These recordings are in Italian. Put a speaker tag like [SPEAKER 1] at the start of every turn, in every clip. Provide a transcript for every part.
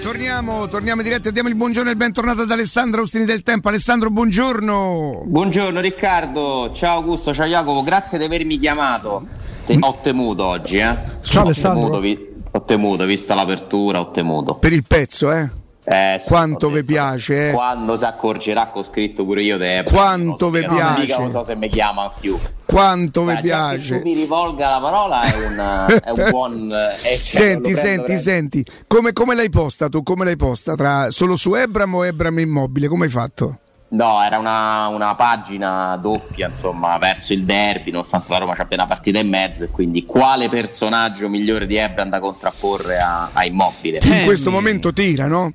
[SPEAKER 1] Torniamo in diretta e diamo il buongiorno e il bentornato ad Alessandro Austini del Tempo. Alessandro, buongiorno.
[SPEAKER 2] Buongiorno Riccardo, ciao Augusto, ciao Jacopo, grazie di avermi chiamato. Ho temuto oggi,
[SPEAKER 3] Ciao Alessandro.
[SPEAKER 2] Ho temuto, vista l'apertura, ho temuto.
[SPEAKER 1] Per il pezzo,
[SPEAKER 2] Sì,
[SPEAKER 1] quanto vi piace,
[SPEAKER 2] Quando si accorgerà che ho scritto pure io
[SPEAKER 1] quanto vi piace.
[SPEAKER 2] Mica non so se mi chiama più.
[SPEAKER 1] Quanto vi piace.
[SPEAKER 2] Che tu mi rivolga la parola è un buon
[SPEAKER 1] Senti, come l'hai posta tu? Come l'hai posta? Solo su Ebram o Ebram Immobile? Come hai fatto?
[SPEAKER 2] No, era una pagina doppia, insomma, verso il derby, nonostante la Roma c'abbia una partita in mezzo, e quindi quale personaggio migliore di Ebram da contrapporre a Immobile?
[SPEAKER 1] In questo momento tira, no?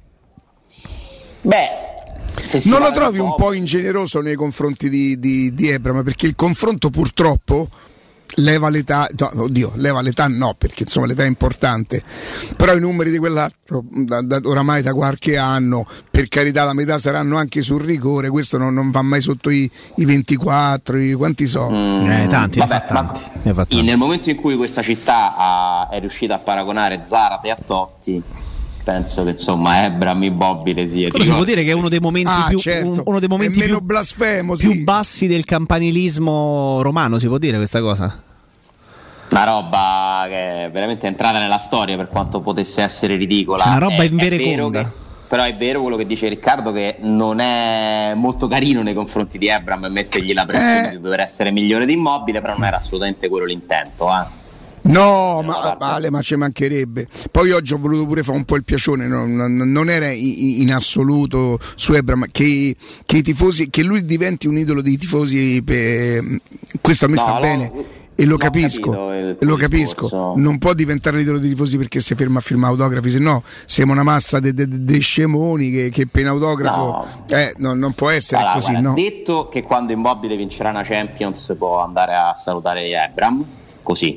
[SPEAKER 1] Non lo trovi un po' ingeneroso nei confronti di Ebram? Perché il confronto purtroppo leva l'età, no, perché insomma l'età è importante, però i numeri di quell'altro oramai da qualche anno, per carità, la metà saranno anche sul rigore, questo non va mai sotto i 24, quanti so?
[SPEAKER 3] Tanti.
[SPEAKER 2] Nel momento in cui questa città è riuscita a paragonare Zarate a Totti, penso che insomma Ebram Immobile sia.
[SPEAKER 3] Quello si può dire che è uno dei momenti uno dei momenti
[SPEAKER 1] meno blasfemo,
[SPEAKER 3] più bassi del campanilismo romano, si può dire questa cosa?
[SPEAKER 2] Una roba che è veramente entrata nella storia, per quanto potesse essere ridicola.
[SPEAKER 3] Una roba invereconda.
[SPEAKER 2] Però è vero quello che dice Riccardo, che non è molto carino nei confronti di Ebram mettergli la pressione di dover essere migliore di Immobile, però non era assolutamente quello l'intento,
[SPEAKER 1] No, ma ci mancherebbe. Poi oggi ho voluto pure fare un po' il piacione, non era in assoluto su Ebram che i tifosi, che lui diventi un idolo dei tifosi, questo a me sta bene e lo capisco. Non può diventare l'idolo dei tifosi perché si ferma a firmare autografi, se no siamo una massa di scemoni che per autografo non può essere così.
[SPEAKER 2] No? Detto che quando Immobile vincerà una Champions può andare a salutare Ebram così.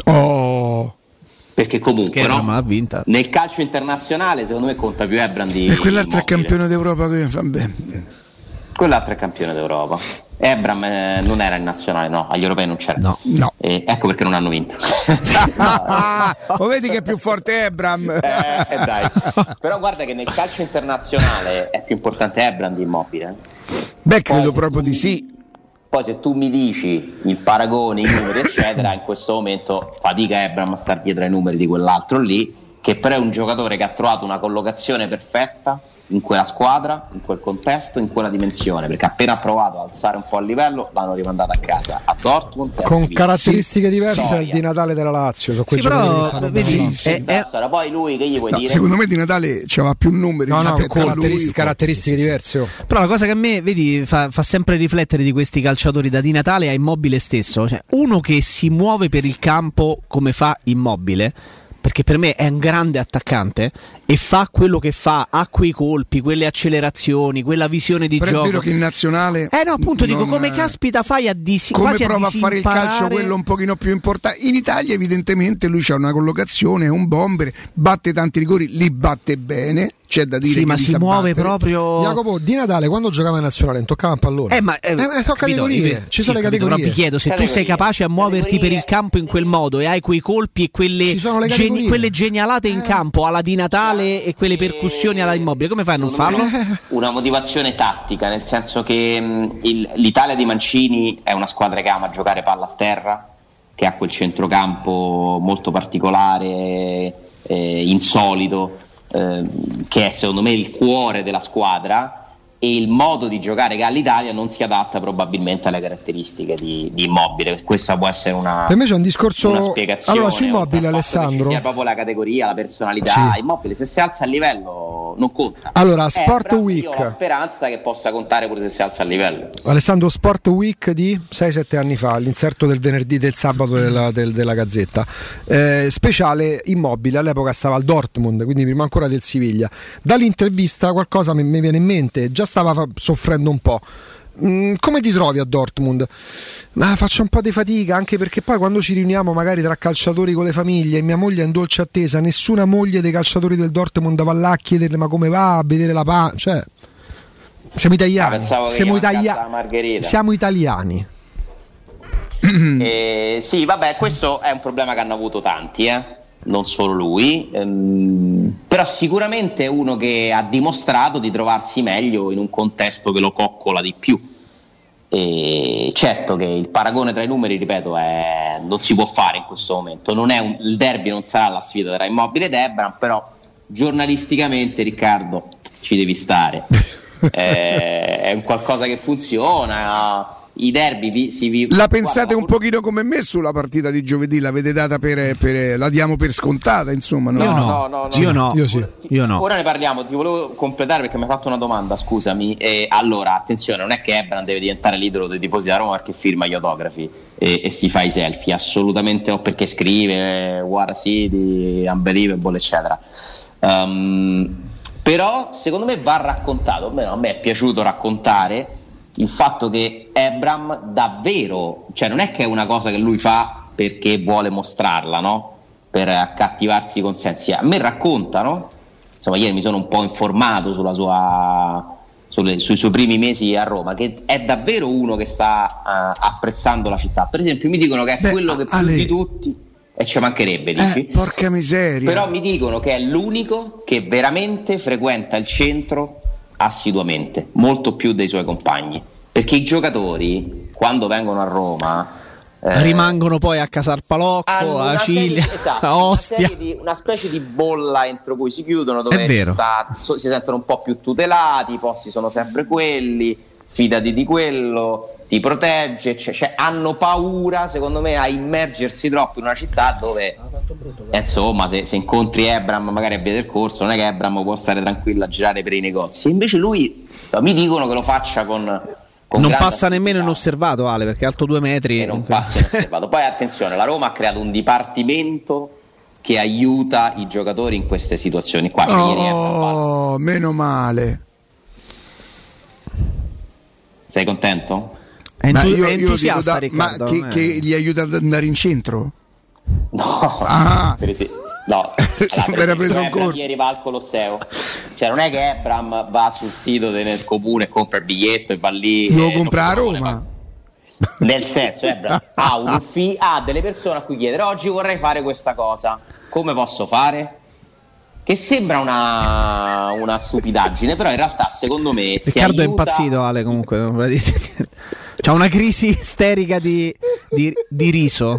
[SPEAKER 2] Perché comunque nel calcio internazionale secondo me conta più Ebram di
[SPEAKER 1] e quell'altro
[SPEAKER 2] Immobile.
[SPEAKER 1] È campione d'Europa.
[SPEAKER 2] Quell'altro è campione d'Europa. Ebram non era in nazionale, no, agli europei non c'era.
[SPEAKER 1] No.
[SPEAKER 2] Ecco perché non hanno vinto.
[SPEAKER 1] Lo vedi che è più forte Ebram?
[SPEAKER 2] Dai. Però guarda che nel calcio internazionale è più importante Ebram di Immobile.
[SPEAKER 1] Credo proprio di sì.
[SPEAKER 2] Poi se tu mi dici il paragone, i numeri eccetera, in questo momento fatica Ebram a star dietro ai numeri di quell'altro lì, che però è un giocatore che ha trovato una collocazione perfetta in quella squadra, in quel contesto, in quella dimensione, perché appena ha provato ad alzare un po' il livello l'hanno rimandato a casa a Dortmund
[SPEAKER 4] con caratteristiche diverse al Di Natale della Lazio, su quei
[SPEAKER 2] poi lui che gli vuoi dire?
[SPEAKER 1] Secondo me Di Natale c'aveva più numeri
[SPEAKER 4] caratteristiche diverse.
[SPEAKER 3] Però la cosa che a me fa sempre riflettere di questi calciatori da Di Natale a Immobile stesso, cioè uno che si muove per il campo come fa Immobile, perché per me è un grande attaccante e fa quello che fa, ha quei colpi, quelle accelerazioni, quella visione di gioco.
[SPEAKER 1] Però è vero che in nazionale
[SPEAKER 3] dico, come caspita fai
[SPEAKER 1] come prova a fare il calcio quello un pochino più importante. In Italia evidentemente lui c'ha una collocazione, è un bomber, batte tanti rigori, li batte bene, c'è da dire,
[SPEAKER 3] ma si muove proprio.
[SPEAKER 4] Jacopo, Di Natale quando giocava in nazionale non toccava un pallone. Sono categorie, ci sono le categorie.
[SPEAKER 3] Però vi chiedo, se tu sei capace a muoverti per il campo in quel modo e hai quei colpi e quelle genialate in campo alla Di Natale e quelle percussioni alla Immobile, come fai a non farlo?
[SPEAKER 2] Una motivazione tattica, nel senso che l'Italia di Mancini è una squadra che ama giocare palla a terra, che ha quel centrocampo molto particolare, insolito, che è secondo me il cuore della squadra, e il modo di giocare che ha l'Italia non si adatta probabilmente alle caratteristiche di Immobile. Questa può essere una
[SPEAKER 4] per me c'è un discorso,
[SPEAKER 2] una spiegazione.
[SPEAKER 4] Allora su Immobile, Alessandro,
[SPEAKER 2] sia proprio la categoria, la personalità. Immobile se si alza a livello non conta.
[SPEAKER 4] Allora Sport Week,
[SPEAKER 2] io ho la speranza che possa contare pure se si alza a livello.
[SPEAKER 4] Alessandro, Sport Week di 6-7 anni fa, l'inserto del venerdì, del sabato della Gazzetta, speciale Immobile, all'epoca stava al Dortmund, quindi prima ancora del Siviglia. Dall'intervista qualcosa mi viene in mente, già stava soffrendo un po'. Come ti trovi a Dortmund? Ma faccio un po' di fatica, anche perché poi quando ci riuniamo magari tra calciatori con le famiglie, mia moglie è in dolce attesa, nessuna moglie dei calciatori del Dortmund va là a chiederle ma come va, a vedere la cioè siamo italiani, siamo italiani.
[SPEAKER 2] Sì, vabbè, questo è un problema che hanno avuto tanti, non solo lui, però sicuramente è uno che ha dimostrato di trovarsi meglio in un contesto che lo coccola di più. E certo che il paragone tra i numeri, ripeto, non si può fare in questo momento. Il derby non sarà la sfida tra Immobile ed Ebram, però giornalisticamente, Riccardo, ci devi stare. È un qualcosa che funziona. I derby
[SPEAKER 1] la pensate un pochino come me sulla partita di giovedì? L'avete data la diamo per scontata, insomma? No?
[SPEAKER 3] Io no.
[SPEAKER 2] Ora ne parliamo, ti volevo completare perché mi hai fatto una domanda, scusami. Allora, attenzione, non è che Ebram deve diventare l'idolo dei tifosi da Roma perché firma gli autografi e si fa i selfie, assolutamente no, perché scrive War City, Unbelievable, eccetera. Però secondo me va raccontato, a me è piaciuto raccontare il fatto che Ebram davvero, cioè non è che è una cosa che lui fa perché vuole mostrarla, no? Per accattivarsi i consensi. A me raccontano, insomma, ieri mi sono un po' informato sui suoi primi mesi a Roma, che è davvero uno che sta apprezzando la città. Per esempio mi dicono che è quello che più di tutti, e ci mancherebbe, dici?
[SPEAKER 1] Porca miseria.
[SPEAKER 2] Però mi dicono che è l'unico che veramente frequenta il centro assiduamente, molto più dei suoi compagni, perché i giocatori quando vengono a Roma
[SPEAKER 3] rimangono poi a Casarpalocco, a Ciglia, a Ostia,
[SPEAKER 2] una specie di bolla entro cui si chiudono, dove si sentono un po' più tutelati, i posti sono sempre quelli, fidati di quello, ti protegge, cioè hanno paura secondo me a immergersi troppo in una città dove insomma se incontri Ebram magari a Via del Corso, non è che Ebram può stare tranquillo a girare per i negozi, invece lui mi dicono che lo faccia con
[SPEAKER 3] non passa nemmeno inosservato, Ale, perché è alto 2 metri
[SPEAKER 2] e non passa inosservato. Poi attenzione, la Roma ha creato un dipartimento che aiuta i giocatori in queste situazioni qua.
[SPEAKER 1] Meno male.
[SPEAKER 2] Sei contento?
[SPEAKER 3] È entusiasta, Riccardo,
[SPEAKER 1] che gli aiuta ad andare in centro?
[SPEAKER 2] No, no.
[SPEAKER 1] Era preso ancora.
[SPEAKER 2] Ieri va al Colosseo, cioè non è che Ebram va sul sito del comune, compra il biglietto e va lì.
[SPEAKER 1] Lo compra a Roma.
[SPEAKER 2] Nel senso, Ebram ha delle persone a cui chiedere: oggi vorrei fare questa cosa, come posso fare? Che sembra una stupidaggine, però in realtà secondo me
[SPEAKER 3] Riccardo è impazzito, Ale, comunque c'ha una crisi isterica di riso.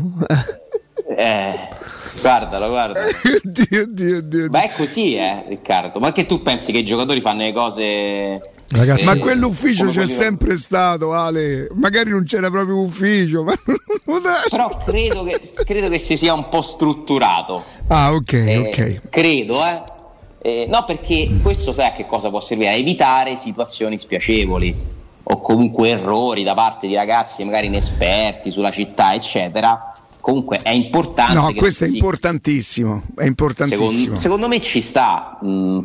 [SPEAKER 2] Guardalo.
[SPEAKER 1] Dio.
[SPEAKER 2] Ma è così, Riccardo. Ma che tu pensi che i giocatori fanno le cose?
[SPEAKER 1] Ragazzi, ma quell'ufficio c'è sempre stato, Ale. Magari non c'era proprio ufficio, ma
[SPEAKER 2] però credo che si sia un po' strutturato.
[SPEAKER 1] Ok.
[SPEAKER 2] Credo, no, perché questo sai a che cosa può servire? A evitare situazioni spiacevoli o comunque errori da parte di ragazzi magari inesperti sulla città, eccetera. Comunque è importante.
[SPEAKER 1] No, questo è importantissimo. È importantissimo.
[SPEAKER 2] Secondo me ci sta.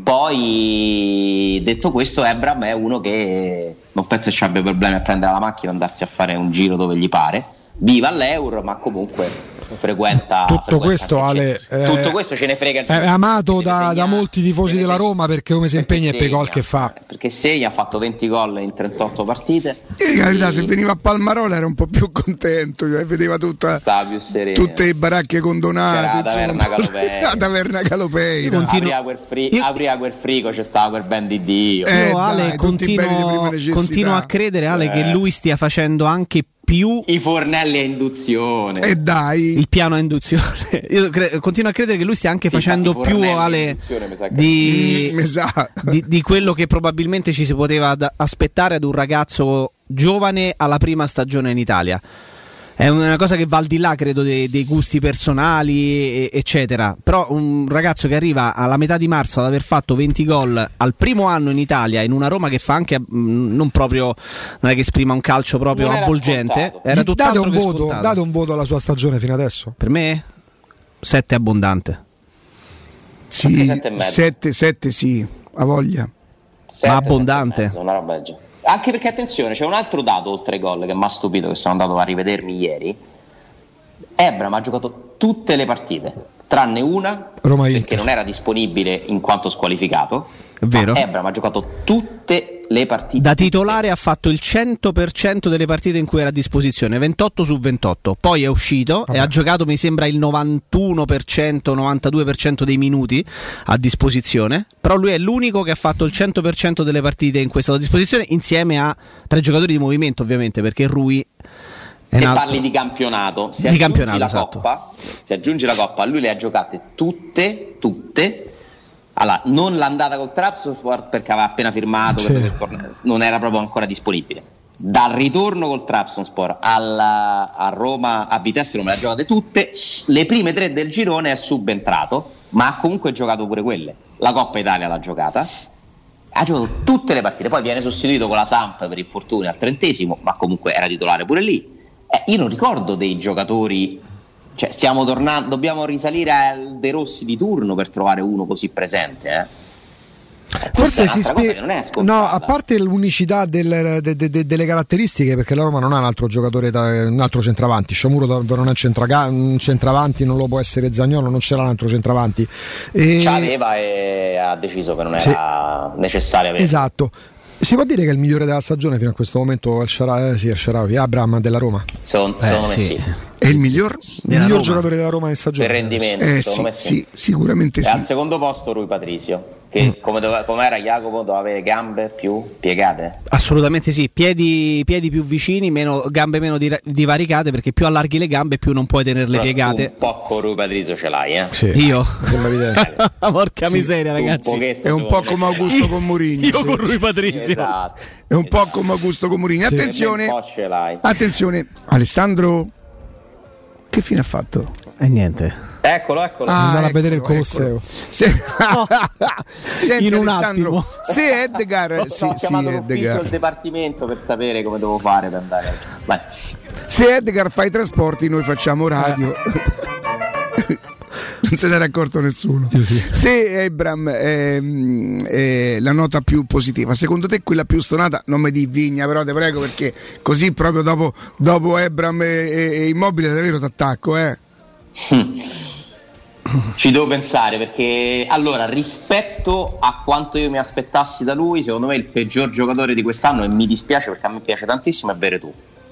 [SPEAKER 2] Poi detto questo, Ebram è uno che non penso ci abbia problemi a prendere la macchina e andarsi a fare un giro dove gli pare. Viva all'Euro, ma comunque frequenta
[SPEAKER 4] tutto questo, Ale,
[SPEAKER 2] tutto questo ce ne frega.
[SPEAKER 4] È amato da molti tifosi della Roma perché come si impegna e per i gol che fa.
[SPEAKER 2] Perché segna, ha fatto 20 gol in 38 partite.
[SPEAKER 1] E in realtà se veniva a Palmarola era un po' più contento, cioè vedeva tutte le baracche condonate,
[SPEAKER 2] la
[SPEAKER 1] taverna Calopeira.
[SPEAKER 2] Apriva quel frigo, c'è stava quel ben di Dio.
[SPEAKER 3] Ale, continuo a credere, Ale, che lui stia facendo anche più
[SPEAKER 2] i fornelli a induzione
[SPEAKER 1] e dai
[SPEAKER 3] il piano a induzione. Io continuo a credere che lui stia anche facendo più, Ale, di quello che probabilmente ci si poteva aspettare ad un ragazzo giovane alla prima stagione in Italia. È una cosa che va al di là, credo, dei gusti personali, eccetera. Però un ragazzo che arriva alla metà di marzo ad aver fatto 20 gol al primo anno in Italia, in una Roma che fa anche non è che esprima un calcio proprio avvolgente, era tutt'altro che scontato.
[SPEAKER 4] Date un voto alla sua stagione fino adesso.
[SPEAKER 3] Per me 7 abbondante.
[SPEAKER 1] Sì, 7 sì, ha voglia.
[SPEAKER 3] Ma abbondante.
[SPEAKER 2] Una roba anche perché attenzione, c'è un altro dato oltre ai gol che mi ha stupito, che sono andato a rivedermi ieri. Ebram ha giocato tutte le partite tranne una perché non era disponibile in quanto squalificato.
[SPEAKER 3] È vero.
[SPEAKER 2] Ebram ha giocato tutte le partite.
[SPEAKER 3] Da titolare ha fatto il 100% delle partite in cui era a disposizione, 28 su 28. Poi è uscito e ha giocato, mi sembra, il 91%, 92% dei minuti a disposizione. Però lui è l'unico che ha fatto il 100% delle partite in cui è stato a disposizione, insieme a 3 giocatori di movimento, ovviamente, perché Rui
[SPEAKER 2] e parli di campionato. Se aggiungi la Coppa, lui le ha giocate tutte. Allora, non l'andata col Trabzonspor perché aveva appena firmato, non era proprio ancora disponibile. Dal ritorno col Trabzonspor a Roma, a Vitesse non me le ha giocate tutte. Le prime 3 del girone è subentrato, ma ha comunque giocato pure quelle. La Coppa Italia l'ha giocata, ha giocato tutte le partite. Poi viene sostituito con la Samp per infortunio al 30°, ma comunque era titolare pure lì. Io non ricordo dei giocatori, cioè stiamo tornando, dobbiamo risalire al De Rossi di turno per trovare uno così presente.
[SPEAKER 4] Forse si spiega. No, a parte l'unicità delle caratteristiche, perché la Roma non ha un altro giocatore, un altro centravanti. Sciamuro non è un centravanti, non lo può essere Zaniolo, non c'era un altro centravanti.
[SPEAKER 2] C'aveva e ha deciso che non era necessario avere.
[SPEAKER 4] Esatto. Si può dire che è il migliore della stagione fino a questo momento El Shaarawy, Abraham della Roma?
[SPEAKER 2] Secondo me sì.
[SPEAKER 1] È il miglior
[SPEAKER 4] giocatore della Roma in stagione.
[SPEAKER 2] Per rendimento, secondo me sì.
[SPEAKER 1] Sicuramente sì.
[SPEAKER 2] Al secondo posto Rui Patricio, che come era Jacopo, doveva avere gambe più piegate.
[SPEAKER 3] Assolutamente sì, piedi più vicini, gambe meno divaricate, perché più allarghi le gambe più non puoi tenerle piegate.
[SPEAKER 2] Un po' con Rui Patricio ce l'hai,
[SPEAKER 3] Sì. Io?
[SPEAKER 4] Sembra evidente.
[SPEAKER 3] Porca miseria, ragazzi.
[SPEAKER 1] È un po' come Augusto con Mourinho.
[SPEAKER 3] Io con Rui Patricio.
[SPEAKER 2] Esatto.
[SPEAKER 1] È un po' come Augusto con Mourinho. Attenzione, Alessandro, che fine ha fatto?
[SPEAKER 2] Niente. Eccolo.
[SPEAKER 4] Andare a vedere il Colosseo.
[SPEAKER 1] Senti,
[SPEAKER 3] in un
[SPEAKER 1] Alessandro,
[SPEAKER 3] attimo.
[SPEAKER 1] se Edgar
[SPEAKER 2] ho chiamato l'ufficio del dipartimento per sapere come devo fare per andare. Vai.
[SPEAKER 1] Se Edgar fa i trasporti, noi facciamo radio. Non se n'era accorto nessuno. Se Ebram è la nota più positiva, secondo te quella più stonata, non mi di Vigna, però te prego, perché così proprio dopo Ebram e Immobile davvero t'attacco,
[SPEAKER 2] Ci devo pensare, perché allora, rispetto a quanto io mi aspettassi da lui, secondo me il peggior giocatore di quest'anno, e mi dispiace perché a me piace tantissimo, è Veretù.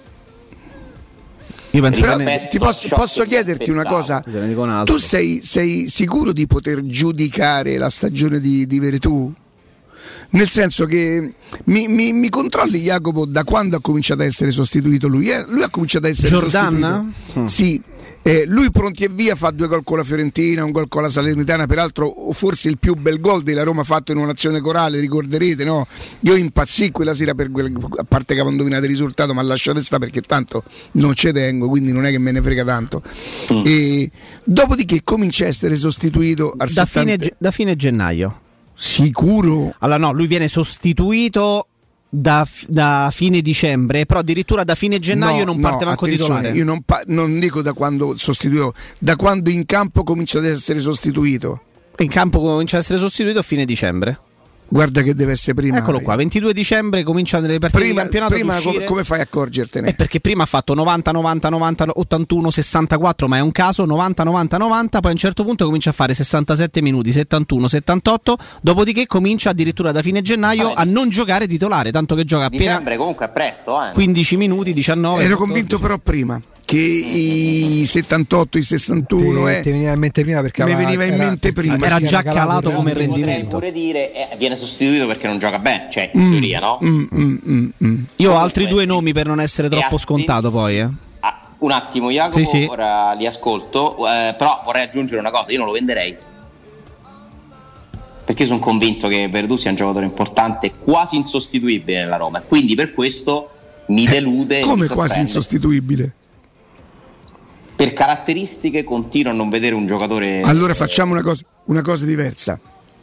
[SPEAKER 1] Ti posso chiederti una cosa? Tu sei sicuro di poter giudicare la stagione di Veretù? Nel senso che mi controlli, Jacopo, da quando ha cominciato a essere sostituito lui? Lui ha cominciato a essere
[SPEAKER 3] Giordana?
[SPEAKER 1] sostituito. Sì. Lui pronti e via fa 2 gol con la Fiorentina, un gol con la Salernitana, peraltro forse il più bel gol della Roma fatto in un'azione corale, ricorderete, no? Io impazzì quella sera a parte che avevo indovinato il risultato, ma lasciate stare perché tanto non ci tengo, quindi non è che me ne frega tanto. E dopodiché comincia a essere sostituito
[SPEAKER 3] da fine gennaio.
[SPEAKER 1] Sicuro?
[SPEAKER 3] Allora no, lui viene sostituito da fine dicembre, però addirittura da fine gennaio non parte manco titolare.
[SPEAKER 1] Io non dico da quando sostituito, da quando in campo comincia ad essere sostituito.
[SPEAKER 3] In campo comincia ad essere sostituito a fine dicembre.
[SPEAKER 1] Guarda che deve essere prima.
[SPEAKER 3] Eccolo qua, 22 dicembre cominciano le partite di campionato.
[SPEAKER 1] Prima come fai a accorgertene?
[SPEAKER 3] Perché prima ha fatto 90, 90, 90, 81, 64, ma è un caso, 90, 90, 90, poi a un certo punto comincia a fare 67 minuti, 71, 78, dopodiché comincia addirittura da fine gennaio a non giocare titolare, tanto che gioca appena
[SPEAKER 2] dicembre, comunque è presto,
[SPEAKER 3] 15 minuti, 19.
[SPEAKER 1] Ero convinto però prima che i 78, i 61
[SPEAKER 4] ti veniva in mente prima, perché
[SPEAKER 1] mi veniva in mente prima.
[SPEAKER 3] Era già calato come rendimento.
[SPEAKER 2] Potrei pure dire viene sostituito perché non gioca bene, cioè in teoria, no?
[SPEAKER 3] Io ho altri 2 nomi per non essere troppo scontato poi.
[SPEAKER 2] Un attimo, Jacopo,
[SPEAKER 3] sì.
[SPEAKER 2] Ora li ascolto, però vorrei aggiungere una cosa, io non lo venderei. Perché sono convinto che Veretù sia un giocatore importante, quasi insostituibile nella Roma, quindi per questo mi delude.
[SPEAKER 1] Come quasi insostituibile?
[SPEAKER 2] Per caratteristiche continuo a non vedere un giocatore.
[SPEAKER 1] Allora facciamo una cosa diversa.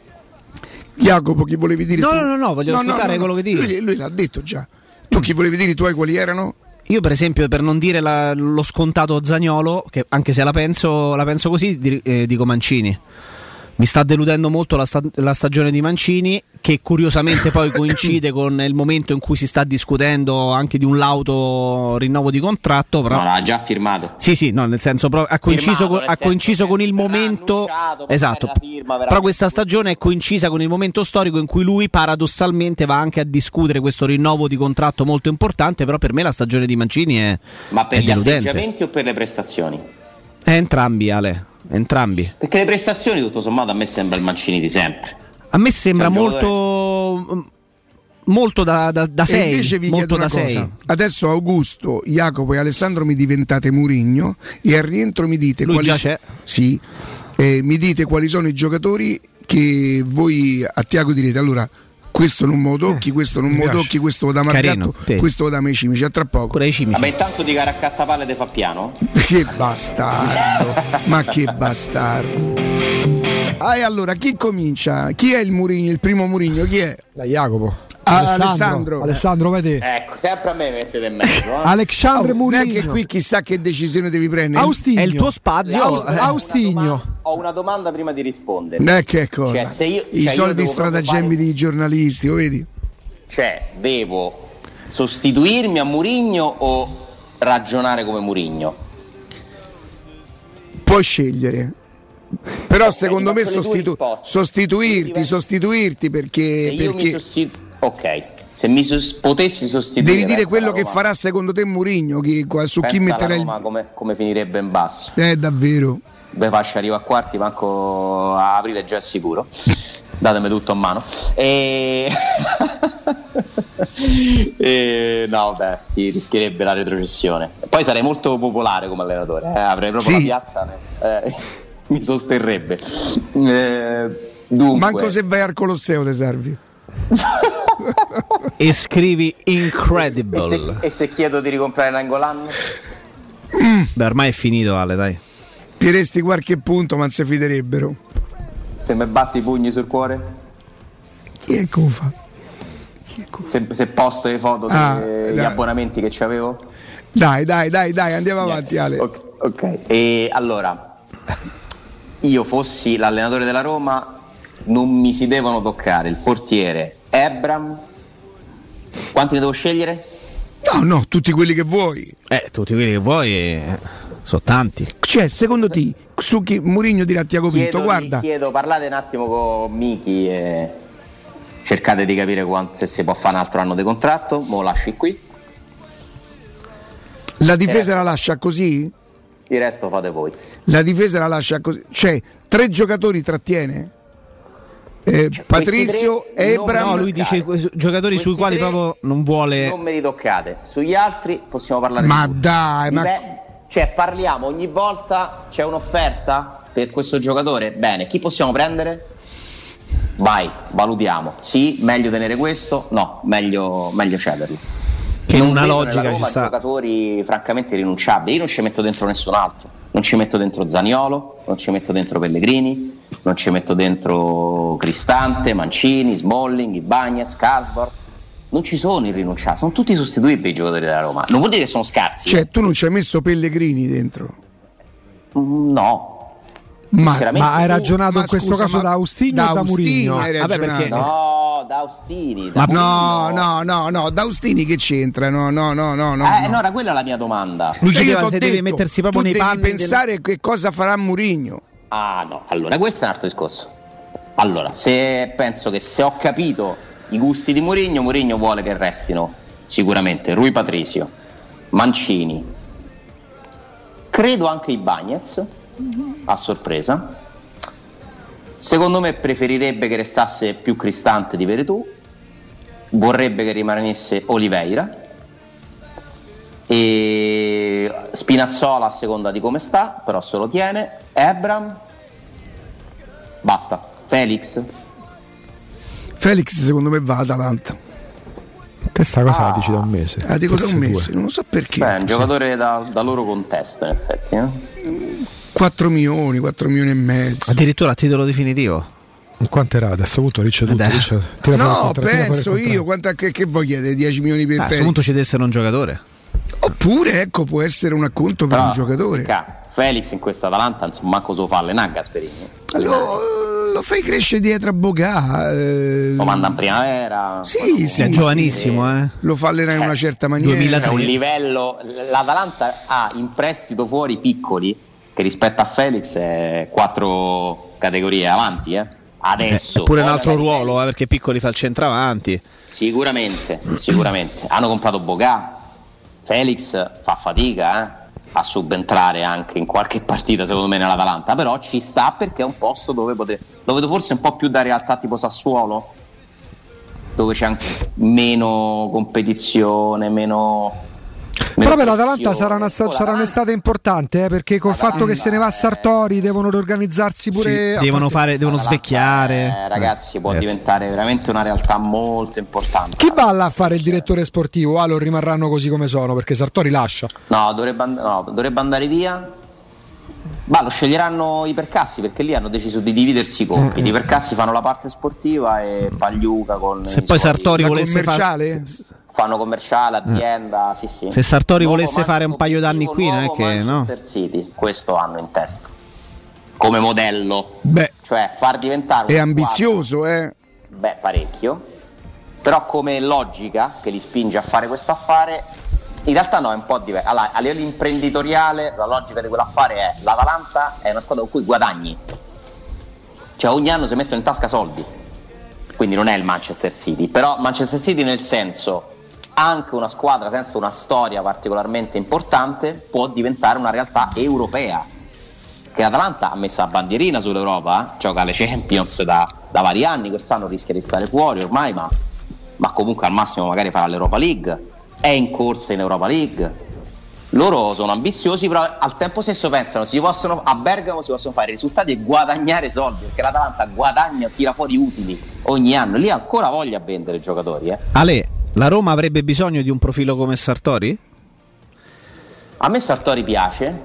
[SPEAKER 1] Jacopo, chi volevi dire?
[SPEAKER 3] No, voglio ascoltare quello che dici.
[SPEAKER 1] Lui l'ha detto già. Tu chi volevi dire i tuoi quali erano?
[SPEAKER 3] Io per esempio, per non dire lo scontato Zaniolo, che anche se la penso così, dico Mancini. Mi sta deludendo molto la stagione di Mancini, che curiosamente poi coincide con il momento in cui si sta discutendo anche di un lauto rinnovo di contratto. Però...
[SPEAKER 2] No, l'ha già firmato.
[SPEAKER 3] Sì, no, nel senso ha coinciso con il momento. Esatto. Però questa stagione è coincisa con il momento storico in cui lui paradossalmente va anche a discutere questo rinnovo di contratto molto importante. Però per me la stagione di Mancini è
[SPEAKER 2] Ma per
[SPEAKER 3] è
[SPEAKER 2] gli
[SPEAKER 3] deludente.
[SPEAKER 2] atteggiamenti o per le prestazioni?
[SPEAKER 3] Entrambi, Ale. Entrambi.
[SPEAKER 2] Perché le prestazioni, tutto sommato, a me sembra il Mancini di sempre.
[SPEAKER 3] A me sembra molto da 6.
[SPEAKER 1] E invece vi chiedo una cosa. Adesso Augusto, Jacopo e Alessandro mi diventate Mourinho e al rientro mi dite
[SPEAKER 3] Lui
[SPEAKER 1] quali
[SPEAKER 3] già c'è.
[SPEAKER 1] Sì. Mi dite quali sono i giocatori che voi a Tiago direte allora questo non me lo tocchi, questo non me lo tocchi, questo lo da Margatto,
[SPEAKER 3] sì.
[SPEAKER 1] Questo lo da Mecimici, a tra poco.
[SPEAKER 3] Pure ai cimici.
[SPEAKER 2] Vabbè, intanto di caraccattapalle te fa piano?
[SPEAKER 1] Che bastardo. Ma che bastardo. E allora chi comincia? Chi è il Mourinho, il primo Mourinho? Chi è?
[SPEAKER 4] Da Jacopo.
[SPEAKER 1] Alessandro,
[SPEAKER 4] vai te.
[SPEAKER 2] Ecco, sempre a me mettete in mezzo.
[SPEAKER 4] Alexandre
[SPEAKER 1] non è
[SPEAKER 4] Mourinho.
[SPEAKER 1] che qui chissà che decisione devi prendere.
[SPEAKER 4] Austigno.
[SPEAKER 3] È il tuo spazio.
[SPEAKER 4] Austigno.
[SPEAKER 2] Ho una domanda prima di rispondere.
[SPEAKER 1] Che cosa?
[SPEAKER 2] Cioè, se io,
[SPEAKER 1] I soldi
[SPEAKER 2] devo
[SPEAKER 1] stratagemmi dei giornalisti, lo vedi?
[SPEAKER 2] Cioè, devo sostituirmi a Mourinho o ragionare come Mourinho?
[SPEAKER 1] Puoi scegliere. Però secondo me
[SPEAKER 2] ti faccio le tue risposte.
[SPEAKER 1] sostituirti perché
[SPEAKER 2] ok, se mi potessi sostituire,
[SPEAKER 1] devi dire quello
[SPEAKER 2] Roma,
[SPEAKER 1] che farà secondo te Mourinho, su chi metterà
[SPEAKER 2] Roma come finirebbe in basso.
[SPEAKER 1] Davvero.
[SPEAKER 2] Beh, fascia arriva a quarti, manco a aprile già è sicuro. Datemi tutto a mano. No, beh, si rischierebbe la retrocessione. Poi sarei molto popolare come allenatore, avrei proprio la piazza, mi sosterrebbe. Dunque,
[SPEAKER 1] manco se vai al Colosseo te servi.
[SPEAKER 3] E scrivi incredible.
[SPEAKER 2] E se chiedo di ricomprare Nangolan?
[SPEAKER 3] Beh, ormai è finito, Ale, dai.
[SPEAKER 1] Tiresti qualche punto, ma non si fiderebbero.
[SPEAKER 2] Se mi batti i pugni sul cuore?
[SPEAKER 1] Chi è Cufa?
[SPEAKER 2] Se posto le foto degli abbonamenti che c'avevo?
[SPEAKER 1] Dai, andiamo avanti, Ale.
[SPEAKER 2] Ok. E allora, io fossi l'allenatore della Roma, non mi si devono toccare il portiere Ebram. Quanti ne devo scegliere?
[SPEAKER 1] No, tutti quelli che vuoi.
[SPEAKER 3] Tutti quelli che vuoi sono tanti.
[SPEAKER 1] Cioè, secondo te, su chi Mourinho dirà a Tiago Pinto, guarda.
[SPEAKER 2] Parlate un attimo con Miki e cercate di capire se si può fare un altro anno di contratto. Mo' lo lasci qui.
[SPEAKER 1] La difesa la lascia così?
[SPEAKER 2] Il resto fate voi.
[SPEAKER 1] La difesa la lascia così. Cioè, 3 giocatori trattiene? Patrizio, Ebram.
[SPEAKER 3] No, lui dice giocatori sui quali proprio non vuole.
[SPEAKER 2] Non me li toccate. Sugli altri possiamo parlare.
[SPEAKER 1] Ma dai,
[SPEAKER 2] cioè parliamo ogni volta, c'è un'offerta per questo giocatore? Bene, chi possiamo prendere? Vai, valutiamo. Sì, meglio tenere questo? No, meglio cederlo.
[SPEAKER 3] Che
[SPEAKER 2] non
[SPEAKER 3] una
[SPEAKER 2] vedo
[SPEAKER 3] logica
[SPEAKER 2] nella Roma
[SPEAKER 3] ci sta.
[SPEAKER 2] Giocatori francamente rinunciabili. Io non ci metto dentro nessun altro. Non ci metto dentro Zaniolo, non ci metto dentro Pellegrini, non ci metto dentro Cristante, Mancini, Smalling, Ibañez, Karsdorp. Non ci sono irrinunciabili, sono tutti sostituibili i giocatori della Roma. Non vuol dire che sono scarsi.
[SPEAKER 1] Cioè, tu non ci hai messo Pellegrini dentro?
[SPEAKER 2] No.
[SPEAKER 4] Ma hai ragionato in questo caso da Austigno o da Mourinho?
[SPEAKER 1] Vabbè, perché...
[SPEAKER 2] No, da Austini.
[SPEAKER 1] No, da Austini che c'entra? No.
[SPEAKER 2] No, era quella la mia domanda.
[SPEAKER 3] Lui chiedeva se deve mettersi proprio nei panni.
[SPEAKER 1] Devi pensare che cosa farà Mourinho.
[SPEAKER 2] No, allora questo è un altro discorso. Allora, penso che se ho capito i gusti di Mourinho vuole che restino sicuramente Rui Patricio, Mancini, credo anche Ibañez, a sorpresa. Secondo me preferirebbe che restasse più Cristante di Veretù, vorrebbe che rimanesse Oliveira e Spinazzola a seconda di come sta, però se lo tiene. Ebram, basta. Felix secondo me va ad Atalanta.
[SPEAKER 4] Questa cosa la dici da un mese.
[SPEAKER 1] La dico da un mese, non so perché.
[SPEAKER 2] È un giocatore da loro contesto, in effetti.
[SPEAKER 1] 4 milioni e mezzo.
[SPEAKER 3] Addirittura a titolo definitivo.
[SPEAKER 4] In quante rate? A questo punto dice tutto.
[SPEAKER 1] No, penso io. Che voi chiedete? 10 milioni per Felix? A questo
[SPEAKER 3] punto ci dessero un giocatore.
[SPEAKER 1] Oppure, può essere un acconto per un giocatore.
[SPEAKER 2] Felix in questa Atalanta, insomma, manco so fa Gasperini.
[SPEAKER 1] Allora, lo fai crescere dietro a Bogà.
[SPEAKER 2] Lo manda in primavera.
[SPEAKER 1] Sì,
[SPEAKER 3] è giovanissimo,
[SPEAKER 1] lo fa allenare in una certa maniera.
[SPEAKER 2] È un livello. L'Atalanta ha in prestito fuori piccoli che rispetto a Felix è 4 categorie avanti. Adesso.
[SPEAKER 3] È pure un altro ruolo, perché Piccoli fa il centravanti.
[SPEAKER 2] Sicuramente. Hanno comprato Bogà. Felix fa fatica, a subentrare anche in qualche partita secondo me nell'Atalanta, però ci sta perché è un posto dove lo vedo forse un po' più da realtà tipo Sassuolo, dove c'è anche meno competizione,
[SPEAKER 4] però per l'Atalanta sarà un'estate importante, perché col fatto che se ne va Sartori devono riorganizzarsi pure,
[SPEAKER 3] devono svecchiare,
[SPEAKER 2] ragazzi, può diventare veramente una realtà molto importante.
[SPEAKER 4] Chi va là a fare il direttore sportivo? Lo rimarranno così come sono, perché Sartori lascia.
[SPEAKER 2] Dovrebbe andare via. Ma lo sceglieranno i Percassi, perché lì hanno deciso di dividersi i compiti. I Percassi fanno la parte sportiva e Pagliuca con
[SPEAKER 3] se poi Sartori volesse
[SPEAKER 1] commerciale
[SPEAKER 2] fanno commerciale, azienda, sì.
[SPEAKER 3] Se Sartori volesse fare un paio d'anni qui, non è che
[SPEAKER 2] Manchester City, questo hanno in testa come modello.
[SPEAKER 1] Cioè
[SPEAKER 2] far diventare
[SPEAKER 1] è ambizioso,
[SPEAKER 2] parecchio. Però come logica che li spinge a fare questo affare, in realtà no, è un po' diverso. Allora, a livello imprenditoriale la logica di quell'affare è: l'Atalanta è una squadra con cui guadagni, cioè ogni anno si mettono in tasca soldi, quindi non è il Manchester City. Però Manchester City nel senso, anche una squadra senza una storia particolarmente importante può diventare una realtà europea, che l'Atalanta ha messo la bandierina sull'Europa, gioca alle Champions da vari anni, quest'anno rischia di stare fuori ormai, ma comunque al massimo magari farà l'Europa League, è in corsa in Europa League. Loro sono ambiziosi, però al tempo stesso pensano a Bergamo si possono fare risultati e guadagnare soldi, perché l'Atalanta guadagna, tira fuori utili ogni anno, lì ha ancora voglia a vendere giocatori.
[SPEAKER 3] Ale, la Roma avrebbe bisogno di un profilo come Sartori?
[SPEAKER 2] A me Sartori piace,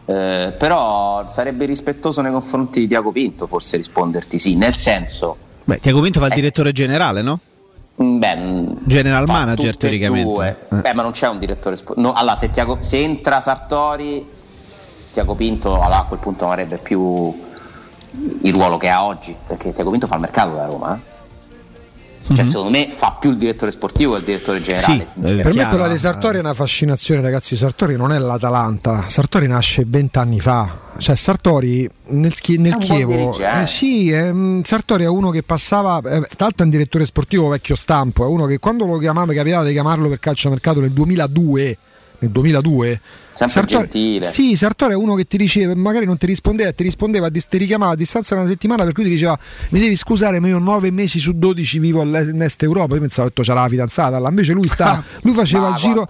[SPEAKER 2] però sarebbe rispettoso nei confronti di Tiago Pinto forse risponderti sì, nel senso...
[SPEAKER 3] Tiago Pinto fa il direttore generale, no? General manager teoricamente.
[SPEAKER 2] Ma non c'è un direttore allora se entra Sartori, Tiago Pinto a quel punto non avrebbe più il ruolo che ha oggi, perché Tiago Pinto fa il mercato da Roma, Cioè, secondo me fa più il direttore sportivo che il direttore generale.
[SPEAKER 4] Sì, per me quella di Sartori è una fascinazione, ragazzi. Sartori non è l'Atalanta, Sartori nasce 20 anni fa. Cioè Sartori nel Chievo Sartori è uno che passava, tra l'altro è un direttore sportivo vecchio stampo, è uno che quando lo chiamava, capitava di chiamarlo per calciomercato nel 2002
[SPEAKER 2] sempre gentile.
[SPEAKER 4] Sì, Sartori è uno che ti diceva, magari non ti rispondeva, ti richiamava a distanza di una settimana, per cui ti diceva: mi devi scusare, ma io 9 mesi su 12 vivo all'est Europa. Io pensavo che c'era la fidanzata là. Invece lui faceva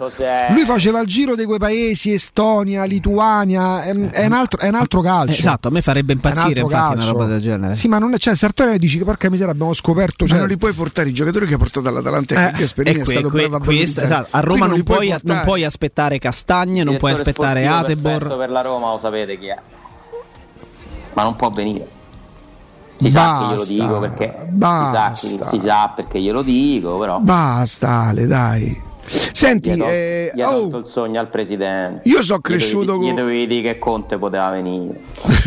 [SPEAKER 4] il giro di quei paesi, Estonia, Lituania, è un altro calcio.
[SPEAKER 3] Esatto, a me farebbe impazzire infatti una roba del genere.
[SPEAKER 4] Sì, ma non è, cioè Sartori dici che porca miseria, abbiamo scoperto,
[SPEAKER 1] ma non li puoi portare i giocatori che ha portato all'Atalanta, Gasperini è stato bravo a valorizzare.
[SPEAKER 3] Esatto, a Roma non puoi aspettare Castagne, non puoi aspettare Atebor.
[SPEAKER 2] Per la Roma lo sapete chi è, ma non può venire. Si sa che glielo dico perché si sa perché glielo dico, però
[SPEAKER 1] basta Ale, dai. Senti,
[SPEAKER 2] gli ha dato il sogno al presidente.
[SPEAKER 1] Io sono cresciuto
[SPEAKER 2] gli dovevi dire che Conte poteva venire.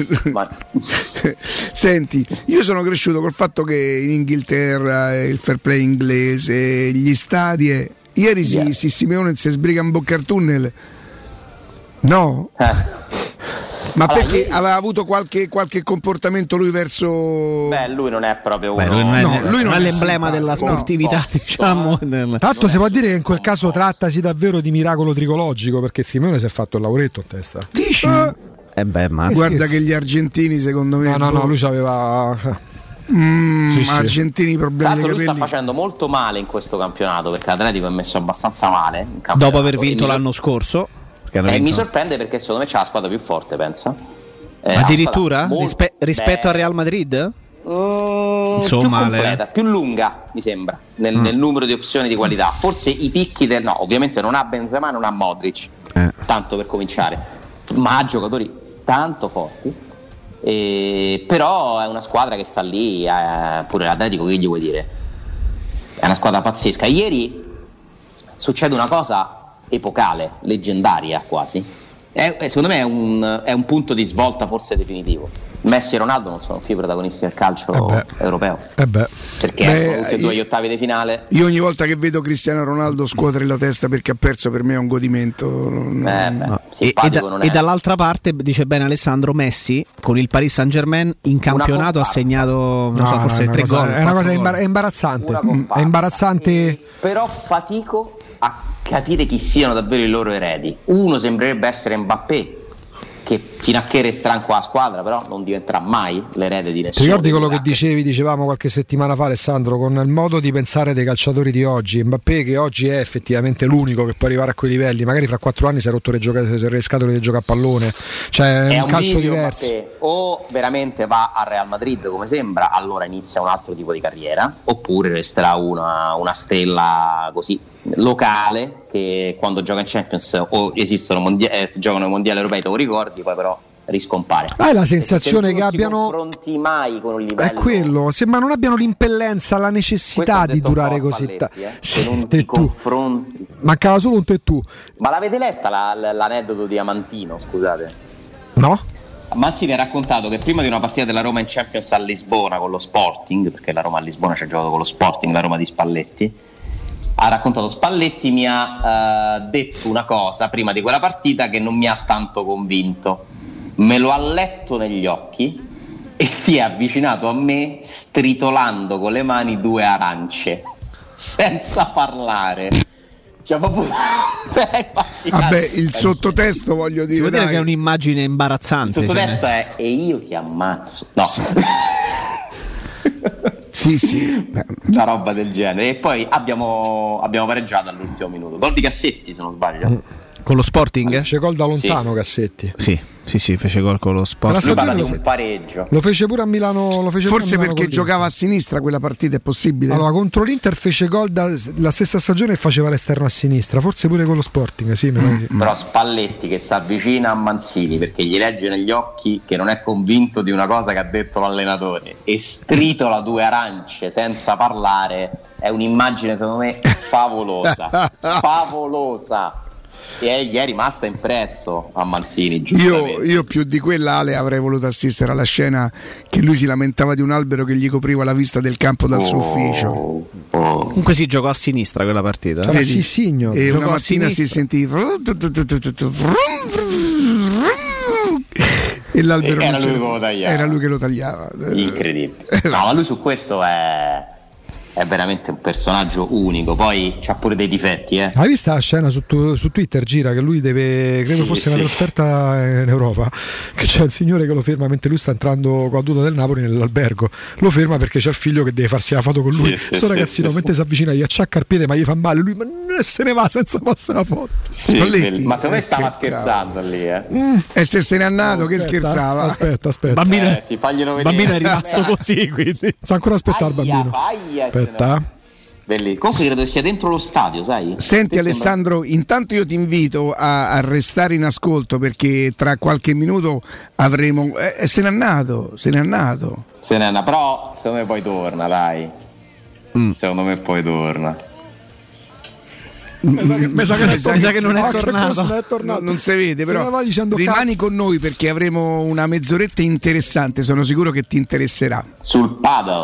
[SPEAKER 1] Senti, io sono cresciuto col fatto che in Inghilterra il fair play inglese, gli stadi ieri Simeone si sbriga in bocca al tunnel. No? Ma allora, perché aveva avuto qualche comportamento lui verso...
[SPEAKER 2] lui non è proprio uno...
[SPEAKER 3] lui non è l'emblema della sportività, diciamo.
[SPEAKER 4] Tanto si può dire che in quel caso trattasi davvero di miracolo tricologico, perché Simeone si è fatto il lavoretto a testa.
[SPEAKER 1] Dici?
[SPEAKER 3] Guarda
[SPEAKER 1] che gli argentini secondo me...
[SPEAKER 4] No, lui c'aveva...
[SPEAKER 1] argentini problemi
[SPEAKER 2] dei capelli. Lui sta facendo molto male in questo campionato, perché l'Atletico è messo abbastanza male in
[SPEAKER 3] dopo aver vinto l'anno scorso.
[SPEAKER 2] Mi sorprende perché secondo me c'ha la squadra più forte, pensa.
[SPEAKER 3] Addirittura? Rispetto al Real Madrid?
[SPEAKER 2] Insomma, più completa, più lunga mi sembra nel numero di opzioni di qualità. Forse i picchi ovviamente non ha Benzema, non ha Modric, tanto per cominciare, ma ha giocatori tanto forti. Però è una squadra che sta lì, pure l'Atletico, che gli vuoi dire? È una squadra pazzesca. Ieri succede una cosa epocale, leggendaria quasi. Secondo me è un punto di svolta forse definitivo. Messi e Ronaldo non sono più protagonisti del calcio europeo. Perché escono tutti e due gli ottavi di finale.
[SPEAKER 1] Io ogni volta che vedo Cristiano Ronaldo scuotere la testa perché ha perso, per me è un godimento.
[SPEAKER 3] E dall'altra parte dice bene Alessandro, Messi con il Paris Saint-Germain in campionato ha segnato forse 3 gol.
[SPEAKER 4] È una cosa imbarazzante. È imbarazzante.
[SPEAKER 2] Però fatico a capire chi siano davvero i loro eredi. Uno sembrerebbe essere Mbappé, che fino a che resterà in qua squadra però non diventerà mai l'erede di nessuno.
[SPEAKER 4] Ti ricordi quello che dicevamo qualche settimana fa, Alessandro, con il modo di pensare dei calciatori di oggi? Mbappé, che oggi è effettivamente l'unico che può arrivare a quei livelli, magari fra 4 anni si è rotto le scatole di giocare a pallone, cioè è un calcio diverso.
[SPEAKER 2] Mbappé, o veramente va al Real Madrid come sembra, allora inizia un altro tipo di carriera, oppure resterà una stella così locale che quando gioca in Champions o esistono si giocano i mondiali europei, te lo ricordi, poi però riscompare.
[SPEAKER 4] Hai la sensazione che abbiano,
[SPEAKER 2] non ti confronti mai con un livello,
[SPEAKER 4] è quello, sembra non abbiano l'impellenza, la necessità di durare così tanto.
[SPEAKER 2] Se non ti confronti,
[SPEAKER 4] mancava solo un tettu.
[SPEAKER 2] Ma l'avete letta l'aneddoto di Amantino, scusate?
[SPEAKER 4] No?
[SPEAKER 2] Mazzini ha raccontato che prima di una partita della Roma in Champions a Lisbona con lo Sporting, perché la Roma a Lisbona ci ha giocato con lo Sporting, la Roma di Spalletti, ha raccontato Spalletti mi ha detto una cosa prima di quella partita che non mi ha tanto convinto, me lo ha letto negli occhi e si è avvicinato a me stritolando con le mani 2 arance senza parlare. Cioè,
[SPEAKER 1] vabbè, il sottotesto, voglio dire,
[SPEAKER 3] si può dire che è un'immagine imbarazzante.
[SPEAKER 2] Il sottotesto è e io ti ammazzo. No.
[SPEAKER 1] Sì.
[SPEAKER 2] Una roba del genere. E poi abbiamo pareggiato all'ultimo minuto. Gol di Cassetti, se non sbaglio.
[SPEAKER 3] Con lo Sporting?
[SPEAKER 4] C'è gol da lontano,
[SPEAKER 2] sì.
[SPEAKER 4] Cassetti.
[SPEAKER 3] Sì, fece gol con lo Sporting.
[SPEAKER 2] Lui parla di un pareggio.
[SPEAKER 4] Lo fece pure a Milano.
[SPEAKER 1] Forse perché giocava a sinistra quella partita, è possibile?
[SPEAKER 4] Allora, contro l'Inter fece gol la stessa stagione e faceva l'esterno a sinistra. Forse pure con lo Sporting, sì.
[SPEAKER 2] Però Spalletti che si avvicina a Mancini perché gli legge negli occhi che non è convinto di una cosa che ha detto l'allenatore e stritola 2 arance senza parlare, è un'immagine secondo me favolosa. Favolosa. E gli è rimasta impresso a Mancini.
[SPEAKER 1] Io più di quella, Ale, avrei voluto assistere alla scena che lui si lamentava di un albero che gli copriva la vista del campo dal suo ufficio.
[SPEAKER 3] Comunque si giocò a sinistra quella partita.
[SPEAKER 1] E una mattina si sentiva e l'albero era lui che lo tagliava.
[SPEAKER 2] Incredibile. No, ma lui su questo è veramente un personaggio unico, poi c'ha pure dei difetti.
[SPEAKER 4] Hai visto la scena su Twitter, gira che lui credo fosse una trasferta in Europa, che c'è il signore che lo ferma mentre lui sta entrando con la tuta del Napoli nell'albergo, lo ferma perché c'è il figlio che deve farsi la foto con lui, sto ragazzino mentre si avvicina gli acciacca il piede ma gli fa male, lui se ne va senza passare la foto.
[SPEAKER 2] Ma secondo me stava scherzando lì
[SPEAKER 1] e se ne è andato che scherzava.
[SPEAKER 4] Aspetta
[SPEAKER 3] bambino
[SPEAKER 2] è
[SPEAKER 3] rimasto così, quindi
[SPEAKER 4] sta ancora aspettare il bambino.
[SPEAKER 2] Comunque credo sia dentro lo stadio, sai?
[SPEAKER 1] Senti Alessandro, intanto io ti invito a restare in ascolto perché tra qualche minuto avremo se n'è andato,
[SPEAKER 2] però secondo me poi torna, dai. Secondo me poi torna.
[SPEAKER 3] Mi sa che non è tornato.
[SPEAKER 1] Non si vede, però rimani con noi perché avremo una mezz'oretta interessante, sono sicuro che ti interesserà.
[SPEAKER 2] Sul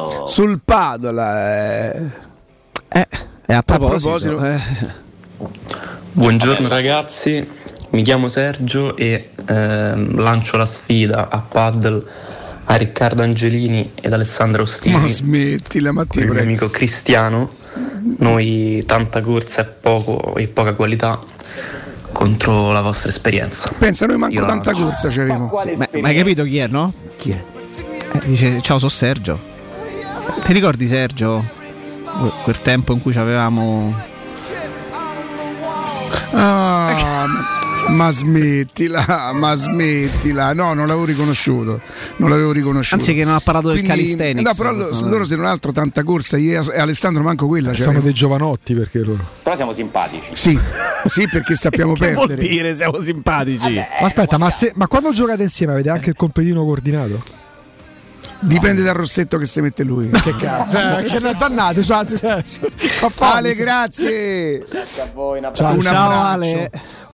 [SPEAKER 2] paddle.
[SPEAKER 3] A proposito.
[SPEAKER 5] Buongiorno ragazzi, mi chiamo Sergio e lancio la sfida a paddle a Riccardo Angelini ed Alessandro Ostini.
[SPEAKER 1] Ma smettila, ma ti
[SPEAKER 5] prego. Il mio amico Cristiano, noi tanta corsa e poca qualità contro la vostra esperienza.
[SPEAKER 1] Pensa, noi manco tanta corsa c'avevo.
[SPEAKER 3] Ma hai capito chi è, no?
[SPEAKER 1] Chi è?
[SPEAKER 3] Dice ciao, sono Sergio. Ti ricordi Sergio? Quel tempo in cui avevamo
[SPEAKER 1] ma smettila, no, non l'avevo riconosciuto.
[SPEAKER 3] Anzi, che non ha parlato del calisthenics.
[SPEAKER 1] No, però loro se non altro tanta corsa, io e Alessandro manco quella.
[SPEAKER 4] Siamo dei giovanotti perché loro.
[SPEAKER 2] Però siamo simpatici.
[SPEAKER 1] Sì, perché sappiamo
[SPEAKER 3] che
[SPEAKER 1] perdere.
[SPEAKER 3] Vuol dire siamo simpatici.
[SPEAKER 2] Vabbè,
[SPEAKER 4] ma aspetta, ma quando giocate insieme avete anche il compitino coordinato?
[SPEAKER 1] Dipende dal rossetto che si mette lui.
[SPEAKER 4] Che cazzo? Che non è dannato,
[SPEAKER 1] Ale, grazie.
[SPEAKER 2] Grazie a voi,
[SPEAKER 3] ciao Ale.